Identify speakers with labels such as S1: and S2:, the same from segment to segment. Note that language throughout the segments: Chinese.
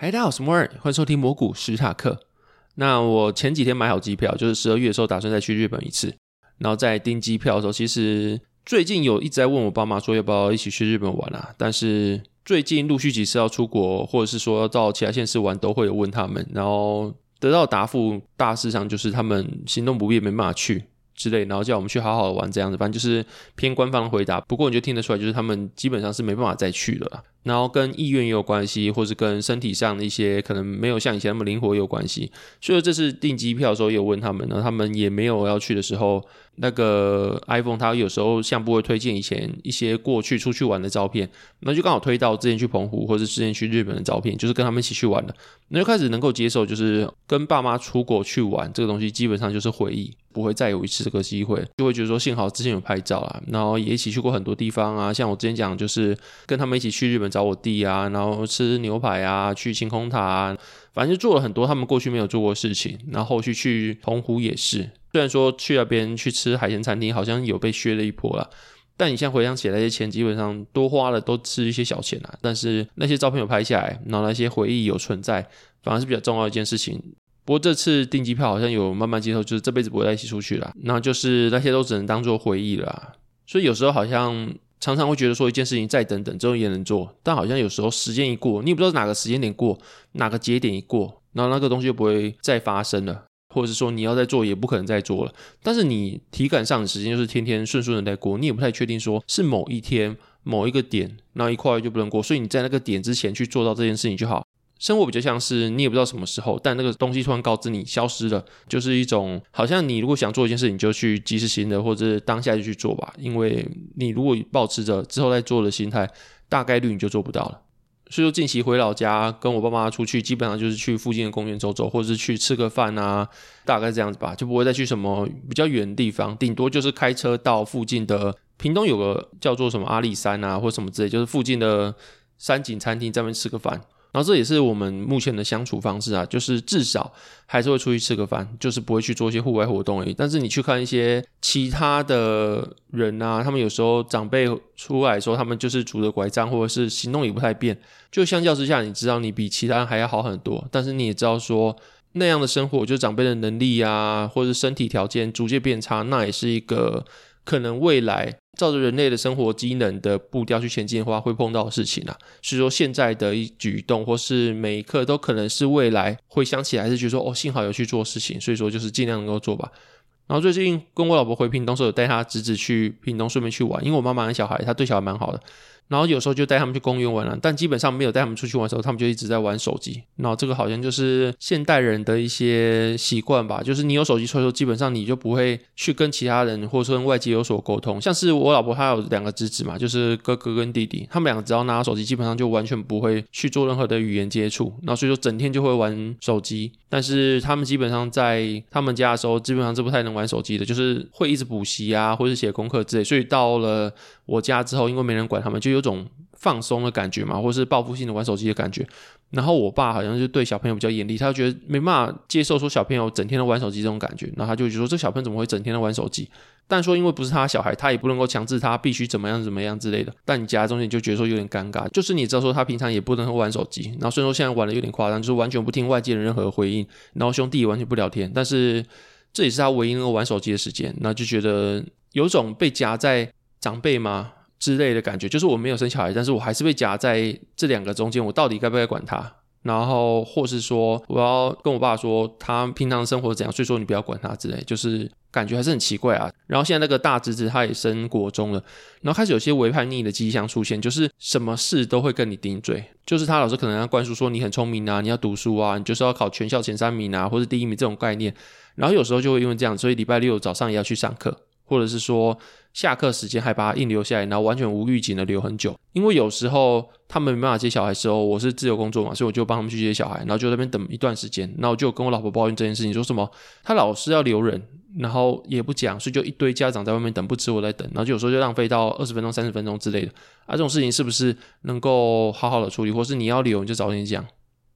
S1: 嗨，大家好，我是摩尔，欢迎收听魔股史塔克。那我前几天买好机票，就是12月的时候打算再去日本一次，然后在订机票的时候，其实最近有一直在问我爸妈说要不要一起去日本玩啊，但是最近陆续几次要出国，或者是说要到其他县市玩，都会有问他们，然后得到的答复大致上就是他们行动不便没办法去之类，然后叫我们去好好的玩这样子，反正就是偏官方的回答。不过你就听得出来，就是他们基本上是没办法再去了啦，然后跟意愿也有关系，或是跟身体上的一些可能没有像以前那么灵活也有关系。所以这次订机票的时候也有问他们，然后他们也没有要去的时候，那个 iPhone 它有时候相簿会推荐以前一些过去出去玩的照片，那就刚好推到之前去澎湖或是之前去日本的照片，就是跟他们一起去玩的，那就开始能够接受，就是跟爸妈出国去玩这个东西基本上就是回忆，不会再有一次这个机会，就会觉得说幸好之前有拍照啦，然后也一起去过很多地方啊，像我之前讲就是跟他们一起去日本找我弟啊，然后吃牛排啊，去晴空塔啊，反正就做了很多他们过去没有做过的事情，然后后续去澎湖也是，虽然说去那边去吃海鲜餐厅好像有被削了一波啦，但你现在回想起来那些钱基本上多花了都是一些小钱啦，但是那些照片有拍下来，然后那些回忆有存在，反而是比较重要的一件事情。不过这次订机票好像有慢慢接受，就是这辈子不会在一起出去啦，那就是那些都只能当做回忆了啦。所以有时候好像常常会觉得说一件事情再等等之后也能做，但好像有时候时间一过，你也不知道哪个时间点过，哪个节点一过，然后那个东西就不会再发生了，或者是说你要再做也不可能再做了，但是你体感上的时间就是天天顺顺的在过，你也不太确定说是某一天某一个点然后一跨越就不能过，所以你在那个点之前去做到这件事情就好。生活比较像是你也不知道什么时候，但那个东西突然告知你消失了，就是一种好像你如果想做一件事情就去及时行乐，或者当下就去做吧，因为你如果抱持着之后再做的心态，大概率你就做不到了。所以说近期回老家跟我爸妈出去，基本上就是去附近的公园走走，或者是去吃个饭啊，大概这样子吧，就不会再去什么比较远的地方，顶多就是开车到附近的屏东有个叫做什么阿里山啊或什么之类，就是附近的山景餐厅在那边吃个饭，然后这也是我们目前的相处方式啊，就是至少还是会出去吃个饭，就是不会去做一些户外活动而已。但是你去看一些其他的人啊，他们有时候长辈出来的时候，他们就是拄着拐杖或者是行动也不太便，就相较之下你知道你比其他人还要好很多，但是你也知道说那样的生活就是长辈的能力啊或者是身体条件逐渐变差，那也是一个可能未来照着人类的生活机能的步调去前进的话会碰到的事情啊，所以说现在的一举一动或是每一刻都可能是未来回想起来是觉得说哦幸好有去做事情，所以说就是尽量能够做吧。然后最近跟我老婆回屏东的时候有带她侄子去屏东顺便去玩，因为我妈妈的小孩她对小孩蛮好的，然后有时候就带他们去公园玩了，但基本上没有带他们出去玩的时候他们就一直在玩手机，然后这个好像就是现代人的一些习惯吧，就是你有手机出来的时候基本上你就不会去跟其他人或者说跟外界有所沟通，像是我老婆她有两个侄子嘛，就是哥哥跟弟弟，他们两个只要拿到手机基本上就完全不会去做任何的语言接触，然后所以说整天就会玩手机，但是他们基本上在他们家的时候基本上是不太能玩手机的，就是会一直补习啊或是写功课之类，所以到了我家之后因为没人管他们就有种放松的感觉嘛，或是报复性的玩手机的感觉，然后我爸好像就对小朋友比较严厉，他就觉得没办法接受说小朋友整天都玩手机这种感觉，然后他就觉得说这小朋友怎么会整天都玩手机，但说因为不是他小孩他也不能够强制他必须怎么样怎么样之类的，但你夹在中间就觉得说有点尴尬，就是你知道说他平常也不能玩手机，然后虽然说现在玩的有点夸张，就是完全不听外界的任何回应，然后兄弟也完全不聊天，但是这也是他唯一能够玩手机的时间，然后就觉得有种被夹在长辈嘛之类的感觉，就是我没有生小孩，但是我还是被夹在这两个中间，我到底该不该管他，然后或是说我要跟我爸说他平常生活怎样，所以说你不要管他之类，就是感觉还是很奇怪啊。然后现在那个大侄子他也升国中了，然后开始有些微叛逆的迹象出现，就是什么事都会跟你顶嘴，就是他老师可能要灌输说你很聪明啊，你要读书啊，你就是要考全校前3名啊或是第1名这种概念，然后有时候就会因为这样，所以礼拜六早上也要去上课，或者是说下课时间还把他硬留下来，然后完全无预警的留很久，因为有时候他们没办法接小孩的时候我是自由工作嘛，所以我就帮他们去接小孩，然后就在那边等一段时间，然后我就跟我老婆抱怨这件事情，说什么他老是要留人，然后也不讲，所以就一堆家长在外面等不吃我在等，然后就有时候就浪费到20分钟30分钟之类的啊，这种事情是不是能够好好的处理，或是你要留你就早点讲，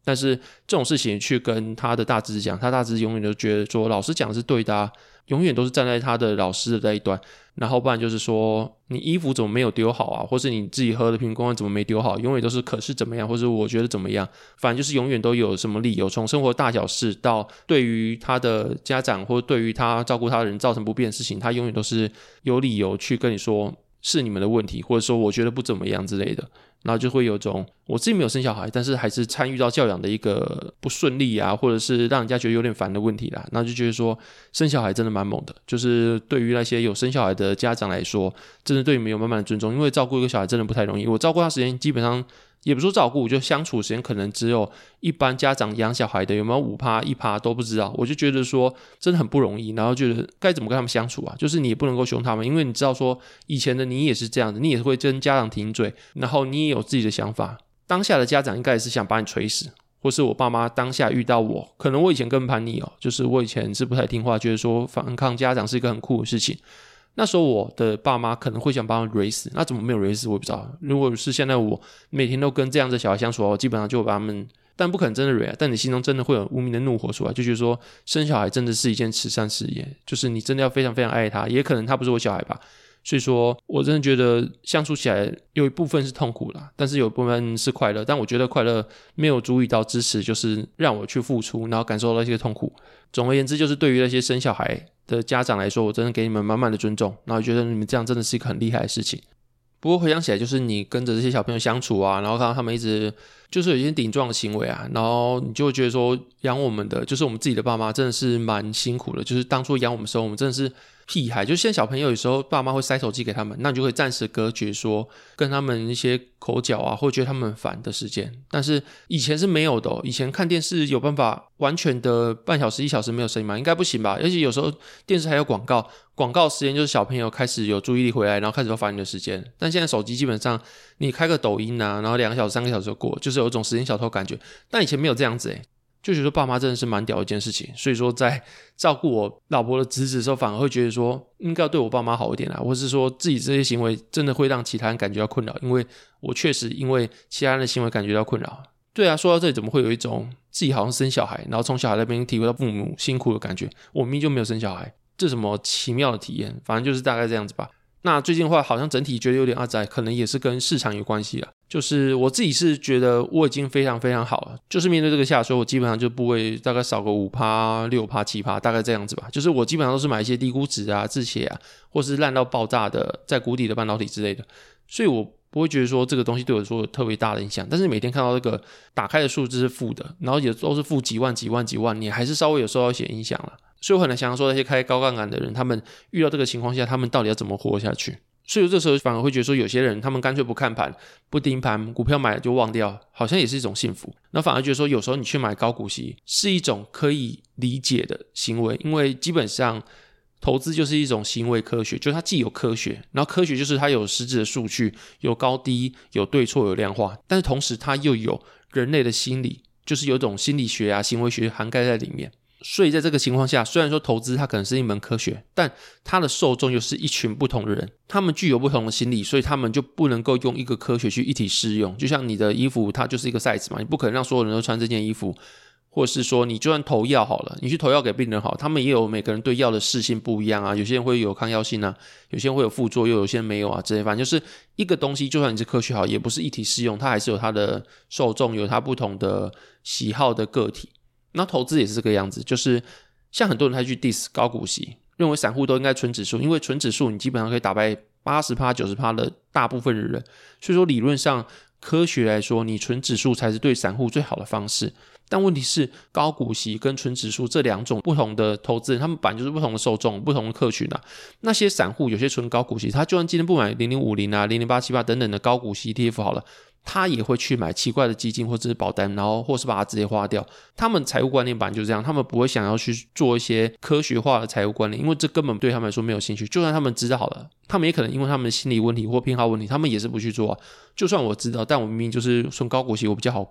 S1: 但是这种事情去跟他的大侄子讲，他大侄子永远都觉得说老师讲的是对的啊，永远都是站在他的老师的那一端，然后不然就是说你衣服怎么没有丢好啊，或是你自己喝的瓶罐怎么没丢好，永远都是可是怎么样，或是我觉得怎么样，反正就是永远都有什么理由，从生活大小事到对于他的家长或对于他照顾他的人造成不便的事情，他永远都是有理由去跟你说是你们的问题，或者说我觉得不怎么样之类的，然后就会有种我自己没有生小孩，但是还是参与到教养的一个不顺利啊，或者是让人家觉得有点烦的问题啦，然后就觉得说生小孩真的蛮猛的，就是对于那些有生小孩的家长来说，真的对你们有满满的尊重，因为照顾一个小孩真的不太容易，我照顾他时间基本上也不说照顾，就相处时间可能只有一般家长养小孩的有没有 5% 1% 都不知道，我就觉得说真的很不容易，然后觉得该怎么跟他们相处啊，就是你也不能够凶他们，因为你知道说以前的你也是这样的，你也会跟家长停嘴，然后你也有自己的想法，当下的家长应该也是想把你锤死，或是我爸妈当下遇到我，可能我以前更叛逆就是我以前是不太听话，觉得说反抗家长是一个很酷的事情，那时候我的爸妈可能会想把我蕊死，那怎么没有蕊死我也不知道，如果是现在我每天都跟这样的小孩相处，我基本上就会把他们，但不可能真的蕊啊，但你心中真的会有无名的怒火出来，就觉得说生小孩真的是一件慈善事业，就是你真的要非常非常爱他，也可能他不是我小孩吧，所以说我真的觉得相处起来有一部分是痛苦啦，但是有一部分是快乐，但我觉得快乐没有足以到支持就是让我去付出，然后感受到一些痛苦。总而言之，就是对于那些生小孩的家长来说，我真的给你们满满的尊重，然后觉得你们这样真的是一个很厉害的事情。不过回想起来，就是你跟着这些小朋友相处啊，然后看到他们一直就是有一些顶撞的行为啊，然后你就会觉得说养我们的就是我们自己的爸妈真的是蛮辛苦的，就是当初养我们的时候我们真的是屁孩，就是现在小朋友有时候爸妈会塞手机给他们，那你就会暂时隔绝说跟他们一些口角啊，或觉得他们很烦的时间，但是以前是没有的以前看电视有办法完全的半小时1小时没有声音吗？应该不行吧，而且有时候电视还有广告，广告时间就是小朋友开始有注意力回来，然后开始要烦你的时间，但现在手机基本上你开个抖音啊，然后2个小时3个小时就过，就是有一种时间小偷感觉，但以前没有这样子就觉得爸妈真的是蛮屌的一件事情，所以说在照顾我老婆的侄子的时候，反而会觉得说应该要对我爸妈好一点或是说自己这些行为真的会让其他人感觉到困扰，因为我确实因为其他人的行为感觉到困扰。对啊，说到这里怎么会有一种自己好像生小孩，然后从小孩那边体会到父母辛苦的感觉，我明明就没有生小孩，这什么奇妙的体验，反正就是大概这样子吧。那最近的话好像整体觉得有点阿宅，可能也是跟市场有关系啦，就是我自己是觉得我已经非常非常好了，就是面对这个下收我基本上就部位大概少个 5%, 6%, 7%, 大概这样子吧，就是我基本上都是买一些低估值啊、滞血啊，或是烂到爆炸的在谷底的半导体之类的，所以我不会觉得说这个东西对我说有特别大的影响，但是每天看到这个打开的数字是负的，然后也都是负几万几万几万，你还是稍微有受到一些影响啦，所以我很难想象说那些开高杠杆的人，他们遇到这个情况下他们到底要怎么活下去，所以这时候反而会觉得说有些人他们干脆不看盘不盯盘，股票买了就忘掉，好像也是一种幸福，那反而觉得说有时候你去买高股息是一种可以理解的行为，因为基本上投资就是一种行为科学，就是它既有科学，然后科学就是它有实质的数据，有高低，有对错，有量化，但是同时它又有人类的心理，就是有一种心理学啊行为学涵盖在里面，所以在这个情况下，虽然说投资它可能是一门科学，但它的受众又是一群不同的人，他们具有不同的心理，所以他们就不能够用一个科学去一体适用，就像你的衣服它就是一个 size 嘛，你不可能让所有人都穿这件衣服，或者是说你就算投药好了，你去投药给病人好，他们也有每个人对药的适性不一样啊，有些人会有抗药性啊，有些人会有副作用，有些人没有啊之类，反正就是一个东西就算你是科学好也不是一体适用，它还是有它的受众，有它不同的喜好的个体。那投资也是这个样子，就是像很多人他去 diss 高股息，认为散户都应该纯指数，因为纯指数你基本上可以打败 80%、90% 的大部分的人，所以说理论上科学来说你纯指数才是对散户最好的方式，但问题是高股息跟纯指数这两种不同的投资人，他们本来就是不同的受众，不同的客群啊。那些散户有些纯高股息，他就算今天不买0050啊、00878等等的高股息 ETF 好了，他也会去买奇怪的基金或者是保单，然后或是把它直接花掉。他们财务观念本来就是这样，他们不会想要去做一些科学化的财务观念，因为这根本对他们来说没有兴趣。就算他们知道好了，他们也可能因为他们的心理问题或偏好问题，他们也是不去做啊。就算我知道，但我明明就是纯高股息我比较好过，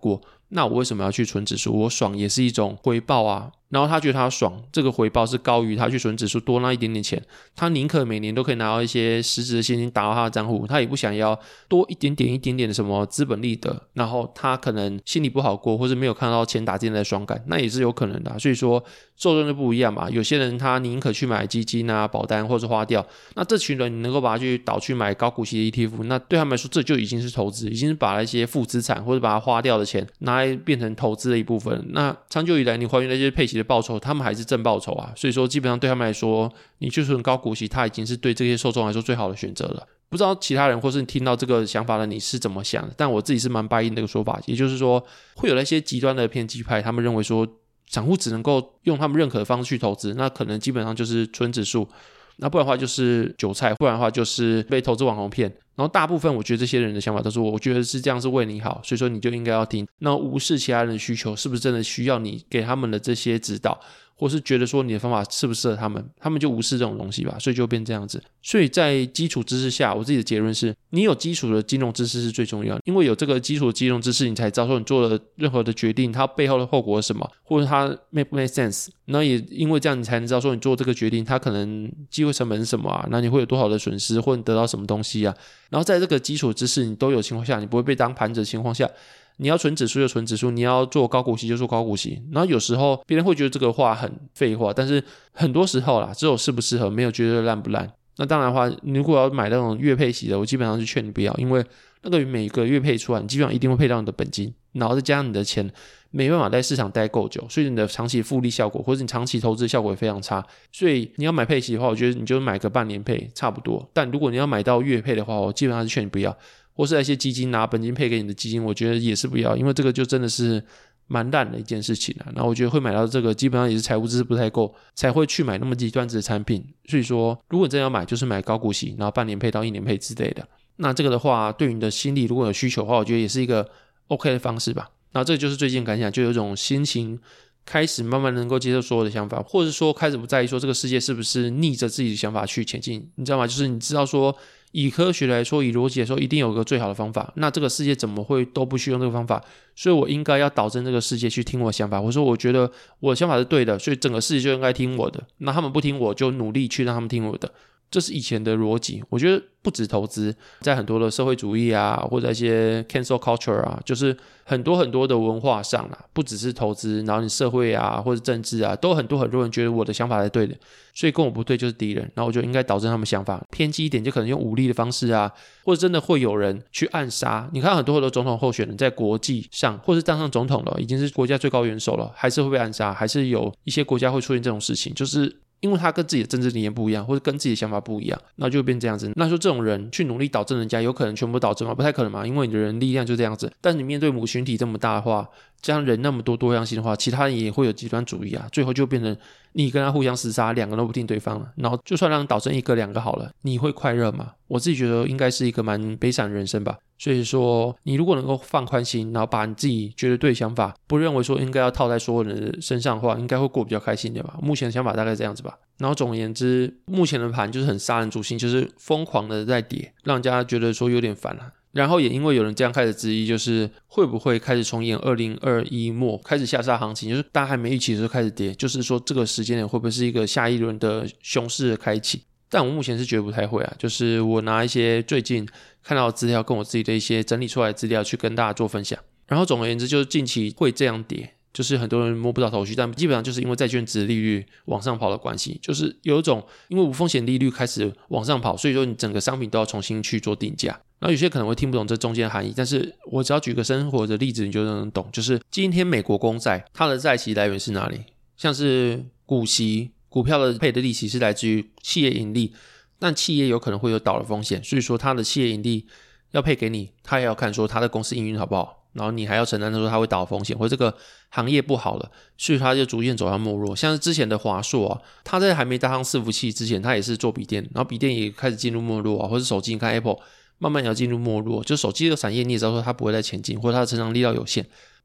S1: 那我为什么要去存指数？我爽也是一种回报啊。然后他觉得他爽，这个回报是高于他去存指数多那一点点钱，他宁可每年都可以拿到一些实质的现金打到他的账户，他也不想要多一点点的什么资本利得，然后他可能心里不好过，或是没有看到钱打进来的爽感，那也是有可能的所以说受众就不一样嘛，有些人他宁可去买基金啊、保单或是花掉，那这群人你能够把他去导去买高股息的 ETF， 那对他们来说这就已经是投资，已经是把那些负资产或者把它花掉的钱拿来变成投资的一部分，那长久以来你还原那些配息的报酬，他们还是正报酬啊，所以说基本上对他们来说，你去存高股息，它已经是对这些受众来说最好的选择了。不知道其他人或是你听到这个想法的你是怎么想的，但我自己是蛮 buy in 这个说法，也就是说会有那些极端的偏激派，他们认为说散户只能够用他们认可的方式去投资，那可能基本上就是纯指数，那不然的话就是韭菜，不然的话就是被投资网红骗。然后大部分我觉得这些人的想法都是我觉得是这样是为你好，所以说你就应该要听，那无视其他人的需求，是不是真的需要你给他们的这些指导，或是觉得说你的方法适不适合他们，他们就无视这种东西吧，所以就变这样子。所以在基础知识下，我自己的结论是，你有基础的金融知识是最重要的，因为有这个基础的金融知识，你才知道说你做了任何的决定，它背后的后果是什么，或者它 make 不 make sense。那也因为这样，你才能知道说你做这个决定，它可能机会成本是什么啊？那你会有多少的损失，或者你得到什么东西啊？然后在这个基础知识你都有情况下，你不会被当盘子的情况下，你要存指数就存指数，你要做高股息就做高股息。然后有时候别人会觉得这个话很废话，但是很多时候啦，只有适不适合，没有觉得烂不烂。那当然的话，你如果要买那种月配息的，我基本上是劝你不要，因为那个每个月配出来，你基本上一定会配到你的本金，然后再加上你的钱没办法在市场待够久，所以你的长期复利效果或者你长期投资效果也非常差。所以你要买配息的话，我觉得你就买个半年配差不多。但如果你要买到月配的话，我基本上是劝你不要。或是那些基金拿本金配给你的基金，我觉得也是不要，因为这个就真的是蛮烂的一件事情啊。然后我觉得会买到这个，基本上也是财务知识不太够，才会去买那么极端值的产品。所以说，如果你真的要买，就是买高股息，然后半年配到1年配之类的。那这个的话，对于你的心理如果有需求的话，我觉得也是一个 OK 的方式吧。然后这个就是最近感想，就有一种心情开始慢慢能够接受所有的想法，或者说开始不在意说这个世界是不是逆着自己的想法去前进，你知道吗？就是你知道说以科学来说，以逻辑来说，一定有个最好的方法，那这个世界怎么会都不需要用这个方法，所以我应该要导正这个世界去听我的想法，或者说我觉得我的想法是对的，所以整个世界就应该听我的，那他们不听我就努力去让他们听我的，这是以前的逻辑。我觉得不止投资，在很多的社会主义啊，或者一些 cancel culture 啊，就是很多的文化上啦，不只是投资，然后你社会啊或者政治啊，都很多人觉得我的想法是对的，所以跟我不对就是敌人，然后我就应该导正他们想法，偏激一点就可能用武力的方式啊，或者真的会有人去暗杀。你看很多的总统候选人在国际上或是当上总统了，已经是国家最高元首了，还是会被暗杀，还是有一些国家会出现这种事情，就是因为他跟自己的政治理念不一样，或者跟自己的想法不一样，那就变这样子。那说这种人去努力导正人家，有可能全部导正吗？不太可能嘛，因为你的人力量就这样子。但你面对母群体这么大的话，这样人那么多样性的话，其他人也会有极端主义啊，最后就变成你跟他互相厮杀，两个都不听对方了。然后就算让导正一个两个好了，你会快乐吗？我自己觉得应该是一个蛮悲惨的人生吧。所以说你如果能够放宽心，然后把你自己觉得对的想法，不认为说应该要套在所有人的身上的话，应该会过比较开心的吧。目前的想法大概这样子吧。然后总而言之，目前的盘就是很杀人主性，就是疯狂的在跌，让人家觉得说有点烦了。然后也因为有人这样开始质疑，就是会不会开始重演2021末开始下杀行情，就是大家还没预期的时候开始跌，就是说这个时间点会不会是一个下一轮的熊市的开启。但我目前是觉得不太会啊，就是我拿一些最近看到的资料跟我自己的一些整理出来的资料去跟大家做分享。然后总而言之就是近期会这样跌，就是很多人摸不到头绪，但基本上就是因为债券殖利率往上跑的关系，就是有一种因为无风险利率开始往上跑，所以说你整个商品都要重新去做定价。然后有些可能会听不懂这中间的含义，但是我只要举个生活的例子你就能懂，就是今天美国公债它的债息来源是哪里，像是股息股票的配的利息是来自于企业盈利，但企业有可能会有倒的风险，所以说它的企业盈利要配给你，它也要看说它的公司营运好不好，然后你还要承担说它会倒的风险，或者这个行业不好了，所以它就逐渐走向没落。像是之前的华硕啊，它在还没搭上伺服器之前，它也是做笔电，然后笔电也开始进入没落啊，或者手机你看 Apple 慢慢也要进入没落，就手机的产业你也知道说它不会再前进，或者它的成长力道有限。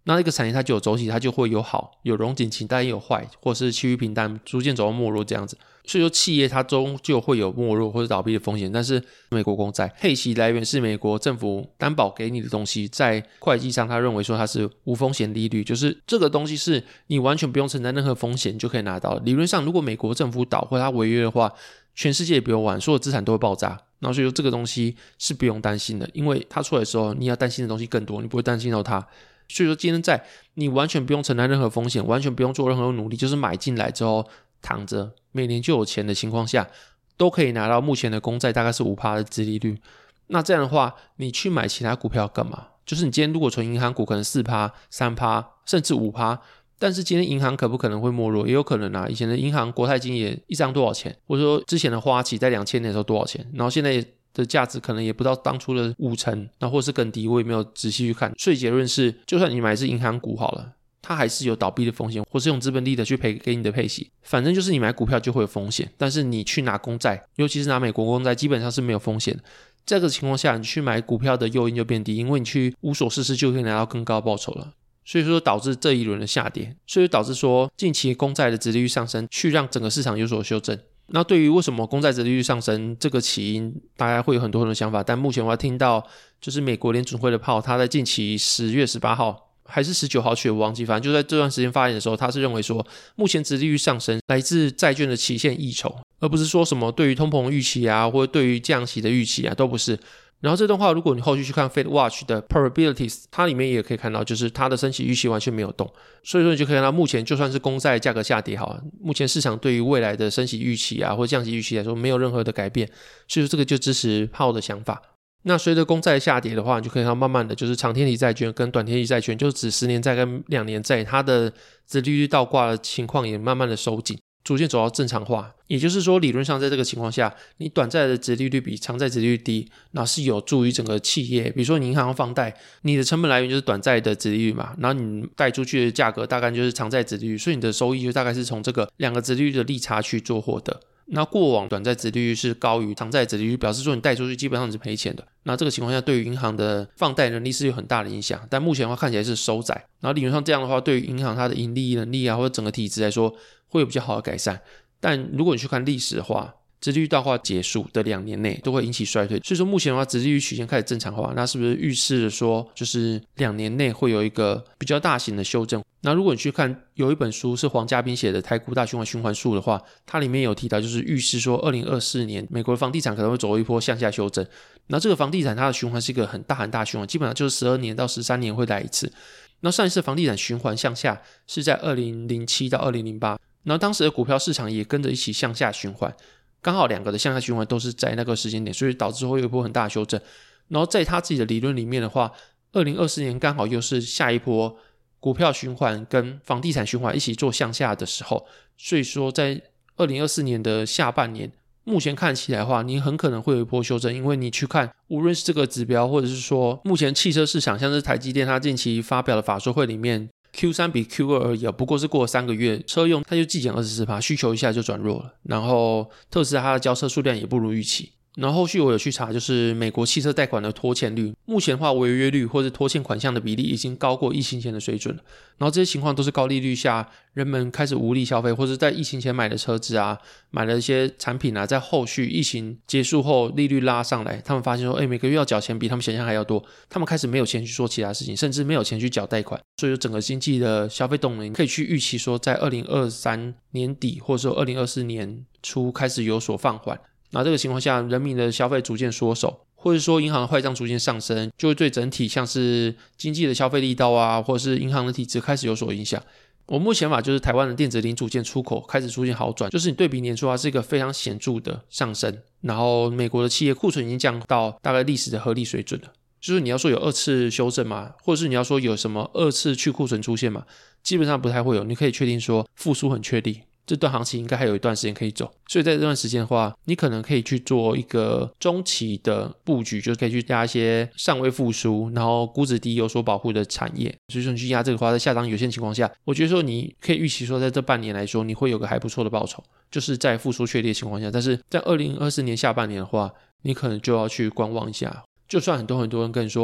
S1: 那一个产业它就有周期，它就会有好有荣景气，但也有坏，或是趋于平淡，逐渐走到没落这样子。所以说企业它终究会有没落或者倒闭的风险，但是美国公债配息来源是美国政府担保给你的东西，在会计上他认为说它是无风险利率，就是这个东西是你完全不用承担任何风险就可以拿到。理论上如果美国政府倒或者它违约的话，全世界也不用玩，所有资产都会爆炸。然后所以说这个东西是不用担心的，因为它出来的时候你要担心的东西更多，你不会担心到它。所以说今天在你完全不用承担任何风险，完全不用做任何努力，就是买进来之后躺着每年就有钱的情况下，都可以拿到目前的公债大概是 5% 的殖利率。那这样的话你去买其他股票干嘛？就是你今天如果存银行股可能 4%、3%甚至 5%， 但是今天银行可不可能会没落？也有可能啊。以前的银行国泰金也一张多少钱，或者说之前的花旗在2000年的时候多少钱，然后现在的价值可能也不到当初的50%，那或是更低，我也没有仔细去看。所以结论是，就算你买的是银行股好了，它还是有倒闭的风险，或是用资本利得去赔给你的配息。反正就是你买股票就会有风险，但是你去拿公债，尤其是拿美国公债，基本上是没有风险的。这个情况下，你去买股票的诱因就变低，因为你去无所事事就可以拿到更高的报酬了。所以说导致这一轮的下跌，所以导致说近期公债的殖利率上升，去让整个市场有所修正。那对于为什么公债殖利率上升这个起因，大家会有很多人的想法，但目前我要听到就是美国联准会的炮，他在近期10月18号还是19号去我忘记，反正就在这段时间发言的时候，他是认为说目前殖利率上升来自债券的期限溢酬，而不是说什么对于通膨预期啊，或者对于降息的预期啊，都不是。然后这段话如果你后续去看 Fed Watch 的 probabilities， 它里面也可以看到就是它的升息预期完全没有动，所以说你就可以看到目前就算是公债价格下跌好了，目前市场对于未来的升息预期啊或降息预期来说没有任何的改变，所以说这个就支持鲍的想法。那随着公债下跌的话，你就可以看到慢慢的就是长天期债券跟短天期债券，就是指10年债跟2年债，它的殖利率倒挂的情况也慢慢的收紧，逐渐走到正常化。也就是说理论上在这个情况下，你短债的殖利率比长债殖利率低，那是有助于整个企业，比如说你银行放贷，你的成本来源就是短债的殖利率嘛，然后你贷出去的价格大概就是长债殖利率，所以你的收益就大概是从这个两个殖利率的利差去做获得。那过往短债殖利率是高于长债殖利率，表示说你贷出去基本上是赔钱的。那这个情况下对于银行的放贷能力是有很大的影响，但目前的话看起来是收窄。然后理论上这样的话，对于银行它的盈利能力啊，或者整个体制来说会有比较好的改善。但如果你去看历史的话，殖利率倒挂结束的2年内都会引起衰退，所以说目前的话殖利率曲线开始正常化，那是不是预示说就是2年内会有一个比较大型的修正？那如果你去看有一本书是黄家斌写的台股大循环循环术的话，它里面有提到就是预示说2024年美国的房地产可能会走一波向下修正。那这个房地产它的循环是一个很大很大的循环，基本上就是12年到13年会来一次。那上一次房地产循环向下是在2007到2008，然后当时的股票市场也跟着一起向下循环，刚好2个的向下循环都是在那个时间点，所以导致会有一波很大的修正。然后在他自己的理论里面的话，2024年刚好又是下一波股票循环跟房地产循环一起做向下的时候，所以说在2024年的下半年，目前看起来的话，你很可能会有一波修正，因为你去看无论是这个指标，或者是说目前汽车市场，像是台积电它近期发表的法说会里面Q3 比 Q2 而已，不过是过了3个月，车用它就季减 24%， 需求一下就转弱了。然后特斯拉它的交车数量也不如预期。然后后续我有去查，就是美国汽车贷款的拖欠率，目前的话违约率或者拖欠款项的比例已经高过疫情前的水准了。然后这些情况都是高利率下人们开始无力消费，或者在疫情前买的车子啊，买了一些产品啊，在后续疫情结束后利率拉上来，他们发现说每个月要缴钱比他们想象还要多，他们开始没有钱去做其他事情，甚至没有钱去缴贷款，所以整个经济的消费动能可以去预期说在2023年底或者说2024年初开始有所放缓。那这个情况下人民的消费逐渐缩手，或者说银行的坏账逐渐上升，就会对整体像是经济的消费力道啊，或者是银行的体制开始有所影响。我目前就是台湾的电子零组件出口开始出现好转，就是你对比年初是一个非常显著的上升，然后美国的企业库存已经降到大概历史的合理水准了。就是你要说有2次修正嘛，或者是你要说有什么2次去库存出现嘛，基本上不太会有。你可以确定说复苏很确立，这段行情应该还有一段时间可以走，所以在这段时间的话，你可能可以去做一个中期的布局，就是可以去压一些尚未复苏然后估值低有所保护的产业。所以说你去压这个话，在下档有限情况下，我觉得说你可以预期说在这半年来说你会有个还不错的报酬，就是在复苏确立的情况下。但是在2024年下半年的话，你可能就要去观望一下。就算很多人跟你说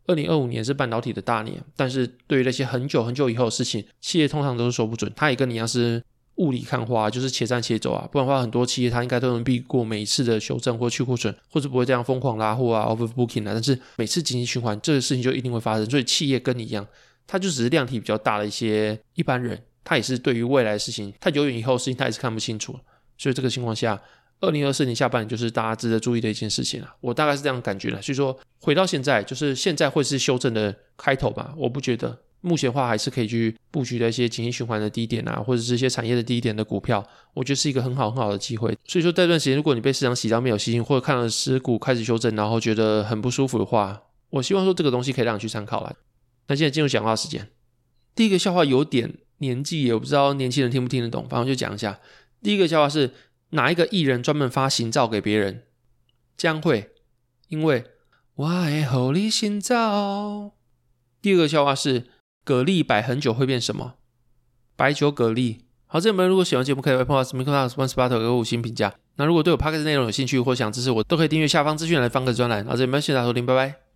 S1: 2025年是半导体的大年，但是对于那些很久很久以后的事情，企业通常都是说不准。它也跟你一样是雾里看花，就是且战且走啊，不然的话很多企业它应该都能避过每一次的修正或去库存，或者不会这样疯狂拉货啊 overbooking 啊，但是每次经济循环这个事情就一定会发生。所以企业跟你一样，它就只是量体比较大的一些一般人，他也是对于未来的事情，太久远以后的事情他也是看不清楚。所以这个情况下2024年下半年就是大家值得注意的一件事情啊，我大概是这样感觉的。所以说回到现在，就是现在会是修正的开头吧，我不觉得。目前的话还是可以去布局的一些景气循环的低点啊，或者是一些产业的低点的股票，我觉得是一个很好的机会。所以说这段时间如果你被市场洗到没有信心，或者看了持股开始修正然后觉得很不舒服的话，我希望说这个东西可以让你去参考啦。那现在进入讲话时间，第一个笑话有点年纪，也不知道年轻人听不听得懂，反正就讲一下。第一个笑话是哪一个艺人专门发行照给别人？将会，因为我会给你心照。第二个笑话是蛤蜊摆很久会变什么？白酒蛤蜊。好，这边如果喜欢节目，可以 Apple Podcast、Microsoft、Spotify 给我5星评价。那如果对我 Podcast 内容有兴趣或想支持我，都可以订阅下方资讯栏的方格专栏。好，这边谢谢大家收听，拜拜。